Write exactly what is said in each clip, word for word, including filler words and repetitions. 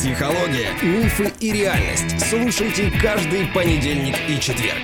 Психология, мифы и реальность. Слушайте каждый понедельник и четверг.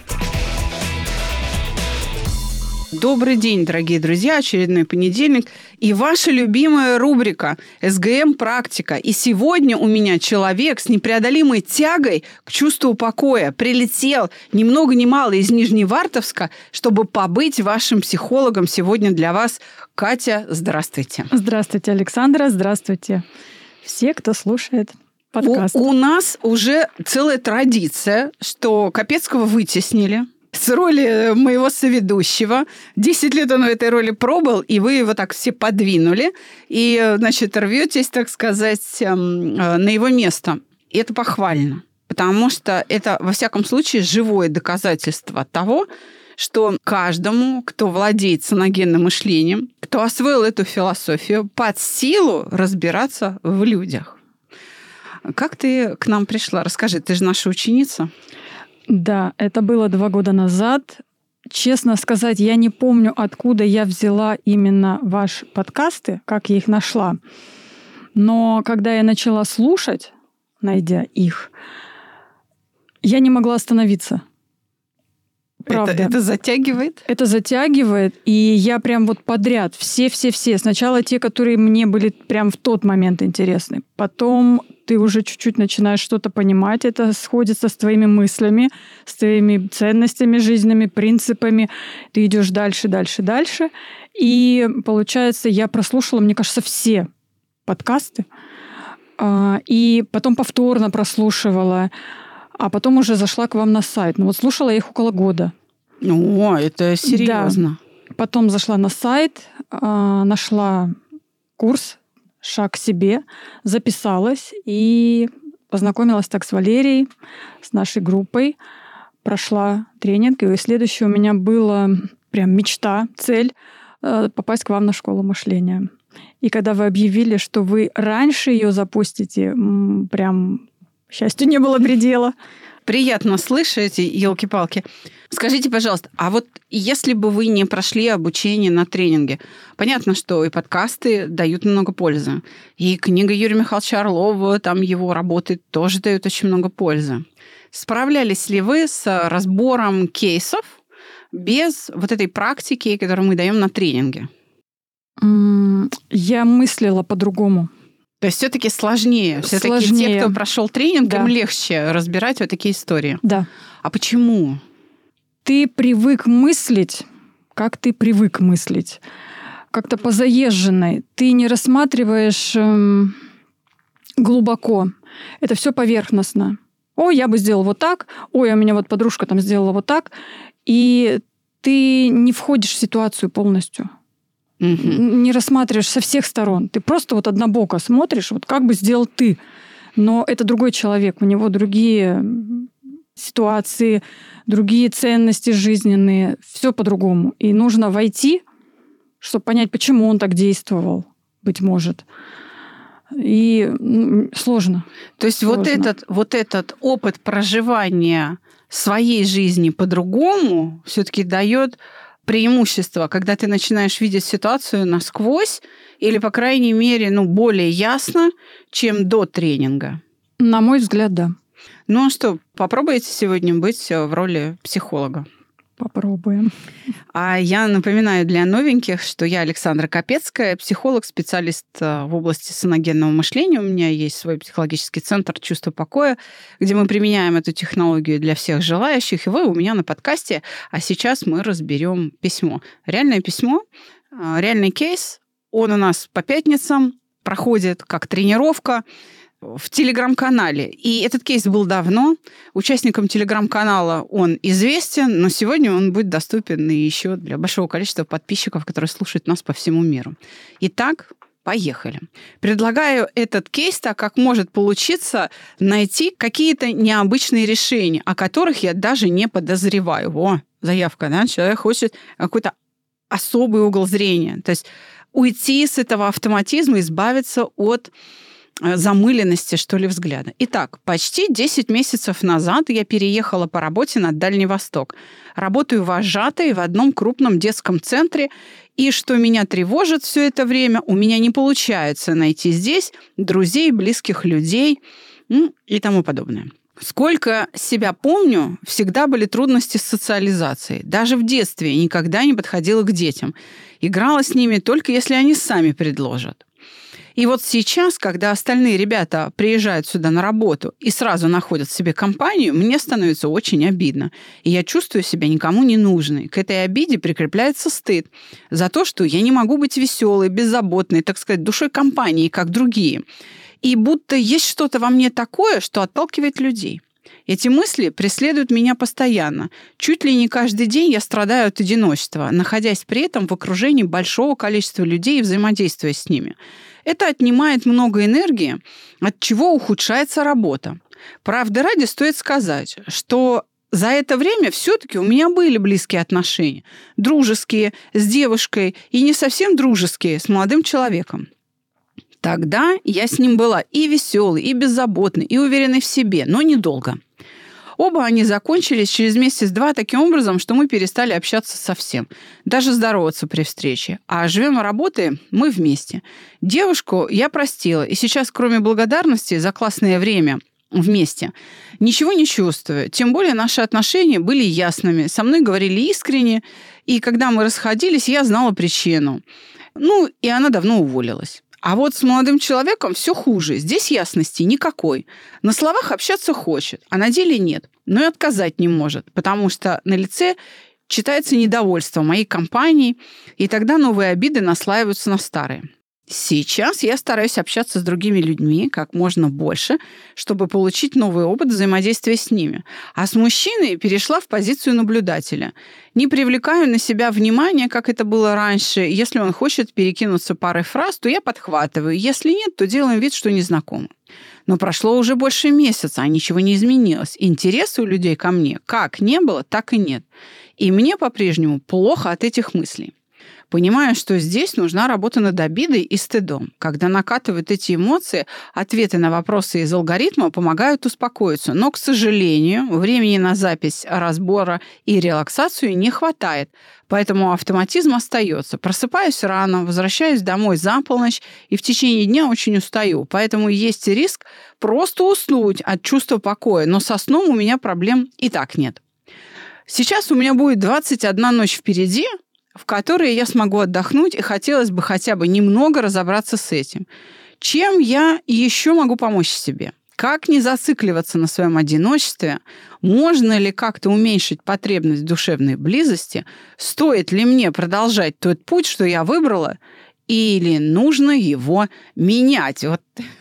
Добрый день, дорогие друзья, очередной понедельник и ваша любимая рубрика «эс гэ эм-практика». И сегодня у меня человек с непреодолимой тягой к чувству покоя прилетел ни много ни мало из Нижневартовска, чтобы побыть вашим психологом сегодня для вас. Катя, здравствуйте. Здравствуйте, Александра, здравствуйте все, кто слушает подкаст. У, у нас уже целая традиция, что Капецкого вытеснили с роли моего соведущего. Десять лет он в этой роли пробыл, и вы его так все подвинули. И, значит, рветесь, так сказать, на его место. И это похвально, потому что это, во всяком случае, живое доказательство того, что каждому, кто владеет саногенным мышлением, кто освоил эту философию, под силу разбираться в людях. Как ты к нам пришла? Расскажи, ты же наша ученица. Да, это было два года назад. Честно сказать, я не помню, откуда я взяла именно ваши подкасты, как я их нашла. Но когда я начала слушать, найдя их, я не могла остановиться. Правда. Это, это затягивает? Это затягивает, и я прям вот подряд, все-все-все. Сначала те, которые мне были прям в тот момент интересны. Потом ты уже чуть-чуть начинаешь что-то понимать, это сходится с твоими мыслями, с твоими ценностями жизненными, принципами. Ты идешь дальше, дальше, дальше. И получается, я прослушала, мне кажется, все подкасты. И потом повторно прослушивала. А потом уже зашла к вам на сайт. Ну вот слушала я их около года. О, это серьезно. Да. Потом зашла на сайт, нашла курс «Шаг к себе», записалась и познакомилась так с Валерией, с нашей группой. Прошла тренинг, и следующее у меня была прям мечта, цель попасть к вам на школу мышления. И когда вы объявили, что вы раньше ее запустите, прям... счастью не было предела. Приятно слышать, елки-палки. Скажите, пожалуйста, а вот если бы вы не прошли обучение на тренинге, понятно, что и подкасты дают много пользы, и книга Юрия Михайловича Орлова, там его работы тоже дают очень много пользы. Справлялись ли вы с разбором кейсов без вот этой практики, которую мы даем на тренинге? Я мыслила по-другому. То есть все-таки сложнее. Все-таки те, кто прошел тренинг, да. Им легче разбирать вот такие истории. Да. А почему? Ты привык мыслить, как ты привык мыслить. Как-то по заезженной. Ты не рассматриваешь эм, глубоко. Это все поверхностно. Ой, я бы сделал вот так. Ой, у меня вот подружка там сделала вот так. И ты не входишь в ситуацию полностью. Не рассматриваешь со всех сторон. Ты просто вот однобоко смотришь, вот как бы сделал ты. Но это другой человек, у него другие ситуации, другие ценности жизненные. Все по-другому. И нужно войти, чтобы понять, почему он так действовал, быть может. И ну, сложно. То есть сложно. Вот, этот, вот этот опыт проживания своей жизни по-другому все-таки дает преимущество, когда ты начинаешь видеть ситуацию насквозь или, по крайней мере, ну, более ясно, чем до тренинга? На мой взгляд, да. Ну, а что, попробуйте сегодня быть в роли психолога? Попробуем. А я напоминаю для новеньких, что я Александра Капецкая, психолог, специалист в области саногенного мышления. У меня есть свой психологический центр «Чувство покоя», где мы применяем эту технологию для всех желающих. И вы у меня на подкасте. А сейчас мы разберем письмо. Реальное письмо, реальный кейс. Он у нас по пятницам проходит как тренировка в Телеграм-канале. И этот кейс был давно. Участникам Телеграм-канала он известен, но сегодня он будет доступен и еще для большого количества подписчиков, которые слушают нас по всему миру. Итак, поехали. Предлагаю этот кейс, так как может получиться, найти какие-то необычные решения, о которых я даже не подозреваю. О, заявка, да? Человек хочет какой-то особый угол зрения. То есть уйти с этого автоматизма, избавиться от замыленности, что ли, взгляда. Итак, почти десять месяцев назад я переехала по работе на Дальний Восток. Работаю вожатой в одном крупном детском центре, И что меня тревожит все это время, у меня не получается найти здесь друзей, близких людей и тому подобное. Сколько себя помню, всегда были трудности с социализацией. Даже в детстве я никогда не подходила к детям. Играла с ними только если они сами предложат. И вот сейчас, когда остальные ребята приезжают сюда на работу и сразу находят себе компанию, мне становится очень обидно. И я чувствую себя никому не нужной. К этой обиде прикрепляется стыд за то, что я не могу быть веселой, беззаботной, так сказать, душой компании, как другие. И будто есть что-то во мне такое, что отталкивает людей. Эти мысли преследуют меня постоянно. Чуть ли не каждый день я страдаю от одиночества, находясь при этом в окружении большого количества людей и взаимодействуя с ними. Это отнимает много энергии, от чего ухудшается работа. Правды ради стоит сказать, что за это время все-таки у меня были близкие отношения. Дружеские, с девушкой, и не совсем дружеские, с молодым человеком. Тогда я с ним была и веселой, и беззаботной, и уверенной в себе, но недолго. Оба они закончились через месяц-два таким образом, что мы перестали общаться совсем, даже здороваться при встрече. А живем и работаем мы вместе. Девушку я простила, и сейчас, кроме благодарности за классное время вместе, ничего не чувствую. Тем более наши отношения были ясными, со мной говорили искренне, и когда мы расходились, я знала причину. Ну, и она давно уволилась. А вот с молодым человеком все хуже. Здесь ясности никакой. На словах общаться хочет, а на деле нет. Но и отказать не может, потому что на лице читается недовольство моей компанией, и тогда новые обиды наслаиваются на старые. Сейчас я стараюсь общаться с другими людьми как можно больше, чтобы получить новый опыт взаимодействия с ними. А с мужчиной перешла в позицию наблюдателя. Не привлекаю на себя внимания, как это было раньше. Если он хочет перекинуться парой фраз, то я подхватываю. Если нет, то делаем вид, что не знакомы. Но прошло уже больше месяца, а ничего не изменилось. Интереса у людей ко мне как не было, так и нет. И мне по-прежнему плохо от этих мыслей. Понимаю, что здесь нужна работа над обидой и стыдом. Когда накатывают эти эмоции, ответы на вопросы из алгоритма помогают успокоиться. Но, к сожалению, времени на запись разбора и релаксацию не хватает. Поэтому автоматизм остается. Просыпаюсь рано, возвращаюсь домой за полночь и в течение дня очень устаю. Поэтому есть риск просто уснуть от чувства покоя. Но со сном у меня проблем и так нет. Сейчас у меня будет двадцать одна ночь впереди, в которые я смогу отдохнуть, и хотелось бы хотя бы немного разобраться с этим. Чем я еще могу помочь себе? Как не зацикливаться на своем одиночестве? Можно ли как-то уменьшить потребность в душевной близости? Стоит ли мне продолжать тот путь, что я выбрала? Или нужно его менять? Вот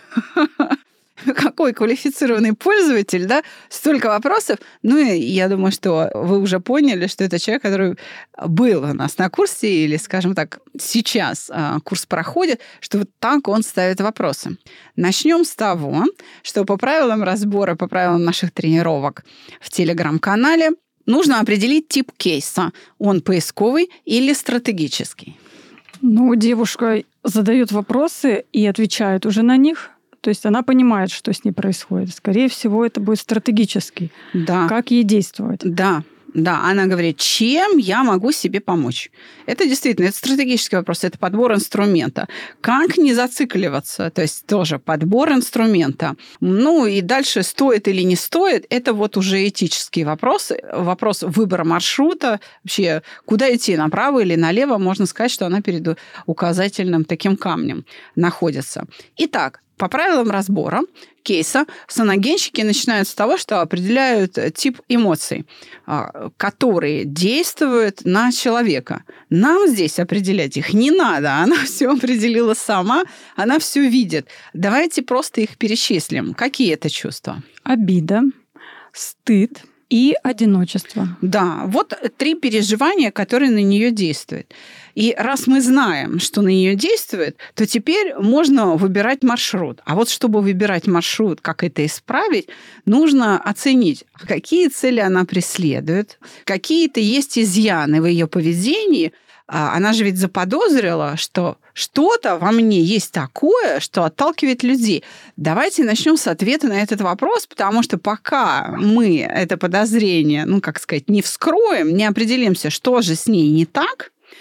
какой квалифицированный пользователь, да? Столько вопросов. Ну, и я думаю, что вы уже поняли, что это человек, который был у нас на курсе, или, скажем так, сейчас курс проходит, что вот так он ставит вопросы. Начнем с того, что по правилам разбора, по правилам наших тренировок в Телеграм-канале нужно определить тип кейса. Он поисковый или стратегический? Ну, девушка задает вопросы и отвечает уже на них. То есть она понимает, что с ней происходит. Скорее всего, это будет стратегический. Да. Как ей действовать? Да. Да, она говорит, чем я могу себе помочь? Это действительно, это стратегический вопрос, это подбор инструмента. Как не зацикливаться? То есть тоже подбор инструмента. Ну и дальше стоит или не стоит, это вот уже этические вопросы. Вопрос выбора маршрута, вообще куда идти, направо или налево, можно сказать, что она перед указательным таким камнем находится. Итак, по правилам разбора кейса саногенщики начинают с того, что определяют тип эмоций, которые действуют на человека. Нам здесь определять их не надо. Она все определила сама, она все видит. Давайте просто их перечислим. Какие это чувства? Обида, стыд и одиночество. Да, вот три переживания, которые на нее действуют. И раз мы знаем, что на нее действует, то теперь можно выбирать маршрут. А вот чтобы выбирать маршрут, как это исправить, нужно оценить, какие цели она преследует, какие-то есть изъяны в ее поведении. Она же ведь заподозрила, что что-то во мне есть такое, что отталкивает людей. Давайте начнем с ответа на этот вопрос, потому что пока мы это подозрение, ну, как сказать, не вскроем, не определимся, что же с ней не так,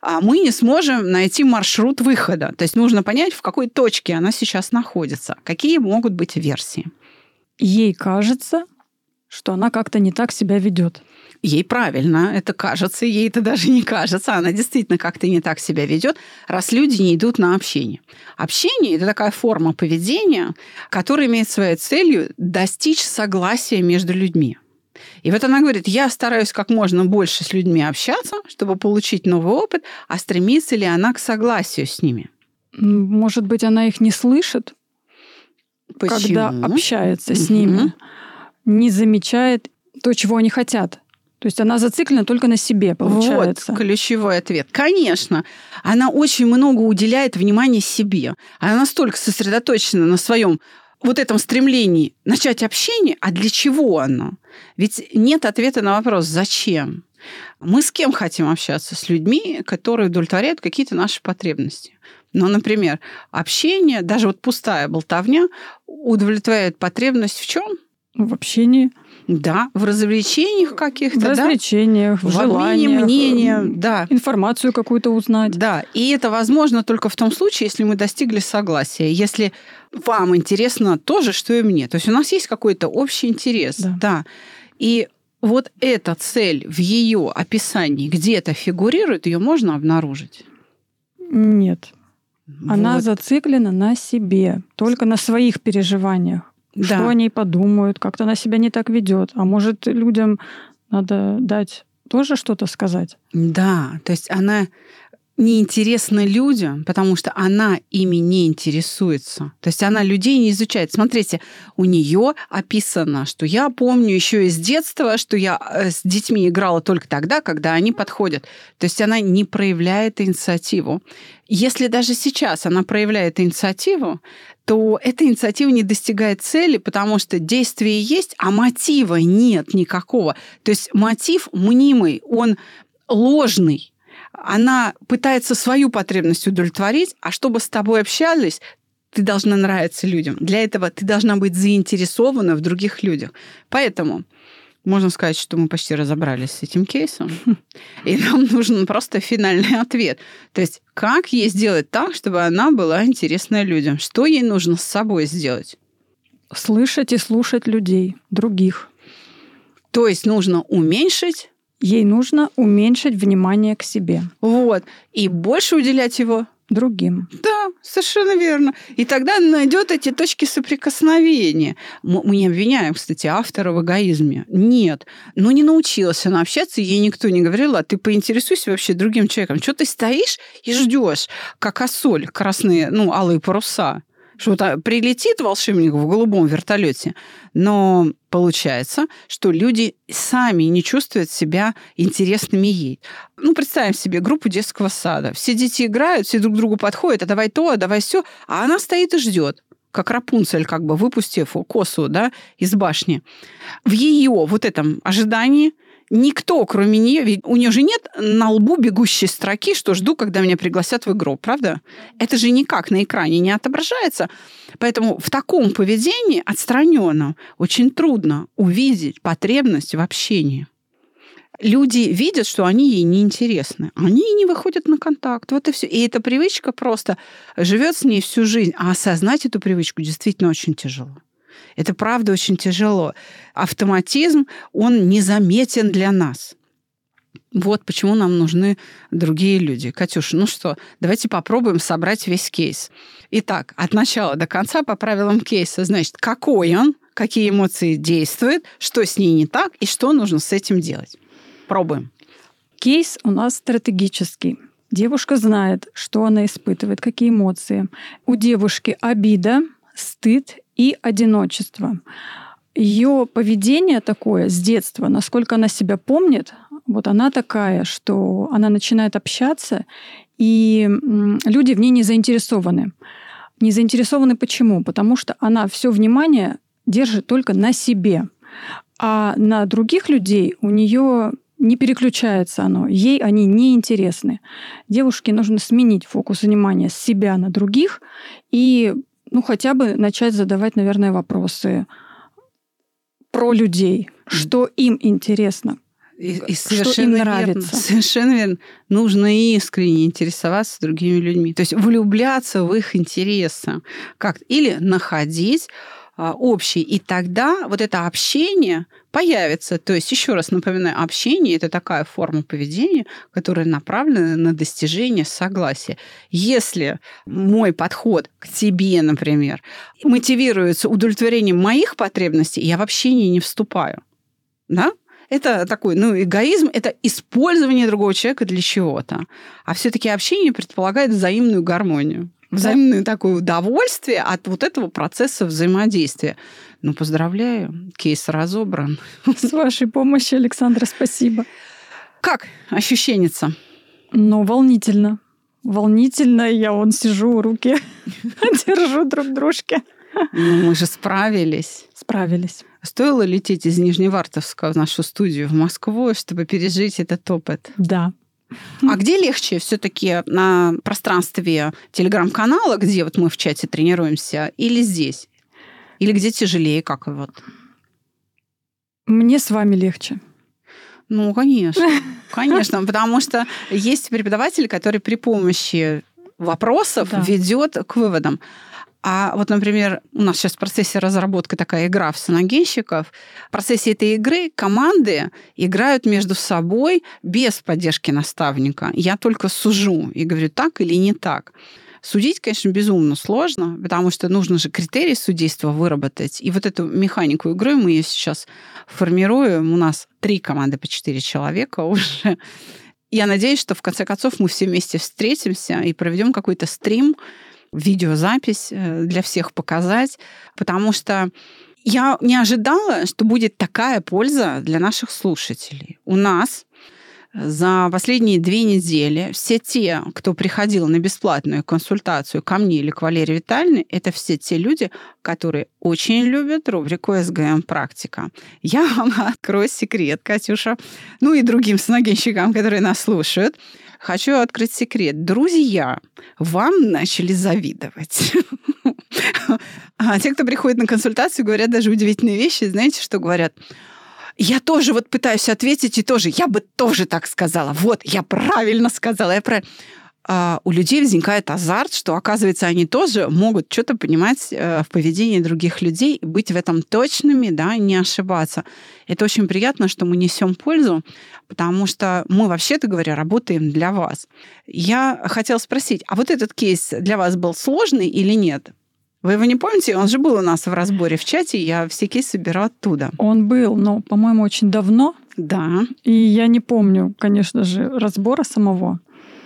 а мы не сможем найти маршрут выхода. То есть нужно понять, в какой точке она сейчас находится, какие могут быть версии. Ей кажется, что она как-то не так себя ведет. Ей правильно это кажется, ей это даже не кажется. Она действительно как-то не так себя ведет, раз люди не идут на общение. Общение – это такая форма поведения, которая имеет своей целью достичь согласия между людьми. И вот она говорит, я стараюсь как можно больше с людьми общаться, чтобы получить новый опыт, а стремится ли она к согласию с ними? Может быть, она их не слышит, Почему? Когда общается с Угу. ними, не замечает то, чего они хотят. То есть она зациклена только на себе, получается. Вот ключевой ответ. Конечно, она очень много уделяет внимания себе. Она настолько сосредоточена на своем вот этом стремлении начать общение, а для чего оно? Ведь нет ответа на вопрос «зачем?». Мы с кем хотим общаться? С людьми, которые удовлетворяют какие-то наши потребности. Ну, например, общение, даже вот пустая болтовня, удовлетворяет потребность в чем? В общении. Да, в развлечениях каких-то, в да? развлечениях, в, в желаниях, мнения, да. информацию какую-то узнать. Да, и это возможно только в том случае, если мы достигли согласия, если вам интересно то же, что и мне. То есть у нас есть какой-то общий интерес. Да. Да. И вот эта цель в ее описании где-то фигурирует, ее можно обнаружить? Нет. Она Вот. зациклена на себе, только на своих переживаниях. Да. Что о ней подумают, как-то она себя не так ведет. А может, людям надо дать тоже что-то сказать? Да, то есть она неинтересна людям, потому что она ими не интересуется. То есть она людей не изучает. Смотрите, у нее описано, что я помню еще из детства, что я с детьми играла только тогда, когда они подходят. То есть она не проявляет инициативу. Если даже сейчас она проявляет инициативу, то эта инициатива не достигает цели, потому что действие есть, а мотива нет никакого. То есть мотив мнимый, он ложный. Она пытается свою потребность удовлетворить, а чтобы с тобой общались, ты должна нравиться людям. Для этого ты должна быть заинтересована в других людях. Поэтому можно сказать, что мы почти разобрались с этим кейсом, и нам нужен просто финальный ответ. То есть как ей сделать так, чтобы она была интересна людям? Что ей нужно с собой сделать? Слышать и слушать людей, других. То есть нужно уменьшить. Ей нужно уменьшить внимание к себе. Вот. И больше уделять его другим. Да, совершенно верно. И тогда она найдет эти точки соприкосновения. Мы не обвиняем, кстати, автора в эгоизме. Нет. Ну, не научилась она общаться, ей никто не говорил, а ты поинтересуйся вообще другим человеком. Что ты стоишь и ждешь, как осоль, красные, ну, алые паруса? Что-то прилетит волшебник в голубом вертолете, но получается, что люди сами не чувствуют себя интересными ей. Ну, представим себе группу детского сада. Все дети играют, все друг к другу подходят, а давай то, а давай сё, а она стоит и ждет, как Рапунцель, как бы выпустив косу, да, из башни. В ее вот этом ожидании никто, кроме нее, ведь у нее же нет на лбу бегущей строки, что жду, когда меня пригласят в игру, правда? Это же никак на экране не отображается. Поэтому в таком поведении отстраненном очень трудно увидеть потребность в общении. Люди видят, что они ей неинтересны. Они не выходят на контакт. Вот и все. И эта привычка просто живет с ней всю жизнь. А осознать эту привычку действительно очень тяжело. Это правда очень тяжело. Автоматизм, он незаметен для нас. Вот почему нам нужны другие люди. Катюша, ну что, давайте попробуем собрать весь кейс. Итак, от начала до конца по правилам кейса. Значит, какой он, какие эмоции действуют, что с ней не так и что нужно с этим делать. Пробуем. Кейс у нас стратегический. Девушка знает, что она испытывает, какие эмоции. У девушки обида, стыд и одиночество. Ее поведение такое с детства, насколько она себя помнит, вот она такая, что она начинает общаться, и люди в ней не заинтересованы. Не заинтересованы почему? Потому что она все внимание держит только на себе, а на других людей у нее не переключается оно, ей они не интересны. Девушке нужно сменить фокус внимания с себя на других и ну, хотя бы начать задавать, наверное, вопросы про людей, что им интересно. И, и что им нравится. Верно, совершенно верно. Нужно искренне интересоваться другими людьми. То есть влюбляться в их интересы. Как? Или находить а, общий. И тогда вот это общение появится. То есть, еще раз напоминаю, общение – это такая форма поведения, которая направлена на достижение согласия. Если мой подход к тебе, например, мотивируется удовлетворением моих потребностей, я в общение не вступаю. Да? Это такой, ну, эгоизм, это использование другого человека для чего-то. А все-таки общение предполагает взаимную гармонию, взаимное такое удовольствие от вот этого процесса взаимодействия. Ну, поздравляю, кейс разобран. С вашей помощью, Александра, спасибо. Как ощущенница? Ну, волнительно. Волнительно. Я вон сижу, руки держу друг дружке. Ну, мы же справились. Справились. Стоило лететь из Нижневартовска в нашу студию в Москву, чтобы пережить этот опыт? Да. А где легче? Все-таки на пространстве телеграм-канала, где вот мы в чате тренируемся, или здесь? Или где тяжелее, как вот? Мне с вами легче. Ну, конечно. Конечно, потому что есть преподаватель, который при помощи вопросов да. ведет к выводам. А вот, например, у нас сейчас в процессе разработки такая игра в саногенщиков. В процессе этой игры команды играют между собой без поддержки наставника. Я только сужу и говорю, так или не так. Судить, конечно, безумно сложно, потому что нужно же критерии судейства выработать. И вот эту механику игры мы ее сейчас формируем. У нас три команды по четыре человека уже. Я надеюсь, что в конце концов мы все вместе встретимся и проведем какой-то стрим, видеозапись для всех показать, потому что я не ожидала, что будет такая польза для наших слушателей. У нас за последние две недели все те, кто приходил на бесплатную консультацию ко мне или к Валерии Витальевне, это все те люди, которые очень любят рубрику «эс гэ эм Практика». Я вам открою секрет, Катюша, ну и другим саногенщикам, которые нас слушают. Хочу открыть секрет. Друзья вам начали завидовать. А те, кто приходит на консультацию, говорят даже удивительные вещи. Знаете, что говорят? Я тоже вот пытаюсь ответить, и тоже, я бы тоже так сказала. Вот, я правильно сказала. Я правильно. А у людей возникает азарт, что, оказывается, они тоже могут что-то понимать в поведении других людей, быть в этом точными, да, не ошибаться. Это очень приятно, что мы несем пользу, потому что мы, вообще-то говоря, работаем для вас. Я хотела спросить, а вот этот кейс для вас был сложный или нет? Вы его не помните? Он же был у нас в разборе в чате, я все кейсы беру оттуда. Он был, но, по-моему, очень давно. Да. И я не помню, конечно же, разбора самого.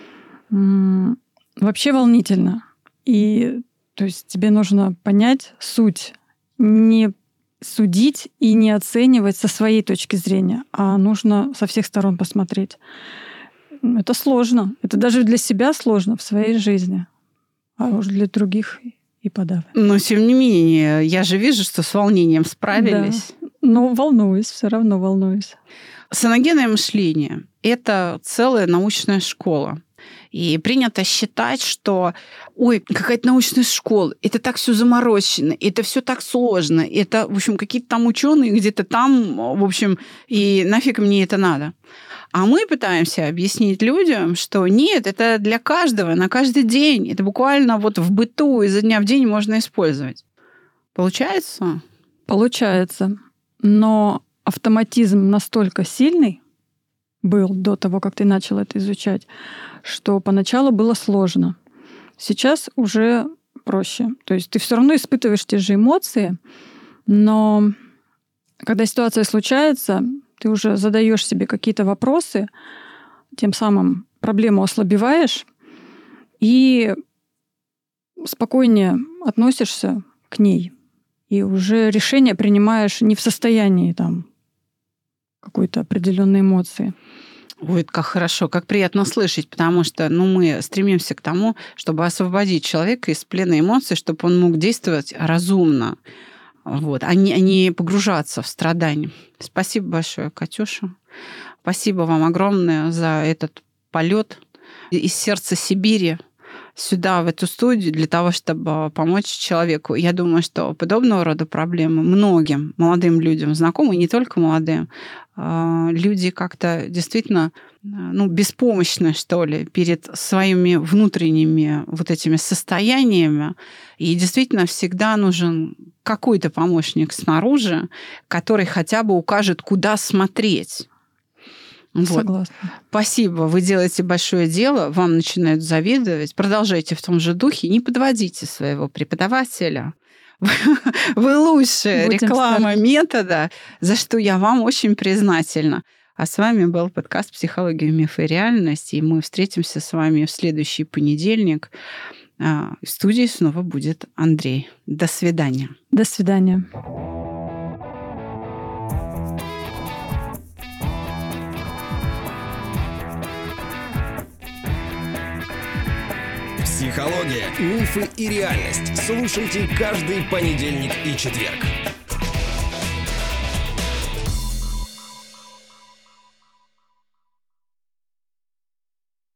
Вообще волнительно. И то есть тебе нужно понять суть, не судить и не оценивать со своей точки зрения, а нужно со всех сторон посмотреть. Это сложно. Это даже для себя сложно в своей жизни, а уж для других и подавно. Но тем не менее, я же вижу, что с волнением справились. Да. Но волнуюсь, все равно волнуюсь. Саногенное мышление – это целая научная школа. И принято считать, что ой, какая-то научная школа, это так все заморочено, это все так сложно, это, в общем, какие-то там ученые где-то там, в общем, и нафиг мне это надо. А мы пытаемся объяснить людям, что нет, это для каждого, на каждый день, это буквально вот в быту изо дня в день можно использовать. Получается? Получается. Но автоматизм настолько сильный был до того, как ты начал это изучать, что поначалу было сложно. Сейчас уже проще. То есть ты все равно испытываешь те же эмоции, но когда ситуация случается, ты уже задаешь себе какие-то вопросы, тем самым проблему ослабеваешь и спокойнее относишься к ней. И уже решение принимаешь не в состоянии там какой-то определенной эмоции. Ой, как хорошо, как приятно слышать, потому что ну, мы стремимся к тому, чтобы освободить человека из плена эмоций, чтобы он мог действовать разумно, вот, а не, а не погружаться в страдания. Спасибо большое, Катюша. Спасибо вам огромное за этот полет из сердца Сибири сюда, в эту студию, для того, чтобы помочь человеку. Я думаю, что подобного рода проблемы многим молодым людям знакомы, и не только молодым. Люди как-то действительно ну, беспомощны, что ли, перед своими внутренними вот этими состояниями. И действительно всегда нужен какой-то помощник снаружи, который хотя бы укажет, куда смотреть. Вот. Согласна. Спасибо, вы делаете большое дело, вам начинают завидовать. Продолжайте в том же духе, не подводите своего преподавателя. Вы лучшая Будем реклама стараться. Метода, за что я вам очень признательна. А с вами был подкаст «Психология, мифы и реальность», и мы встретимся с вами в следующий понедельник. В студии снова будет Андрей. До свидания. До свидания. Психология, мифы и реальность. Слушайте каждый понедельник и четверг.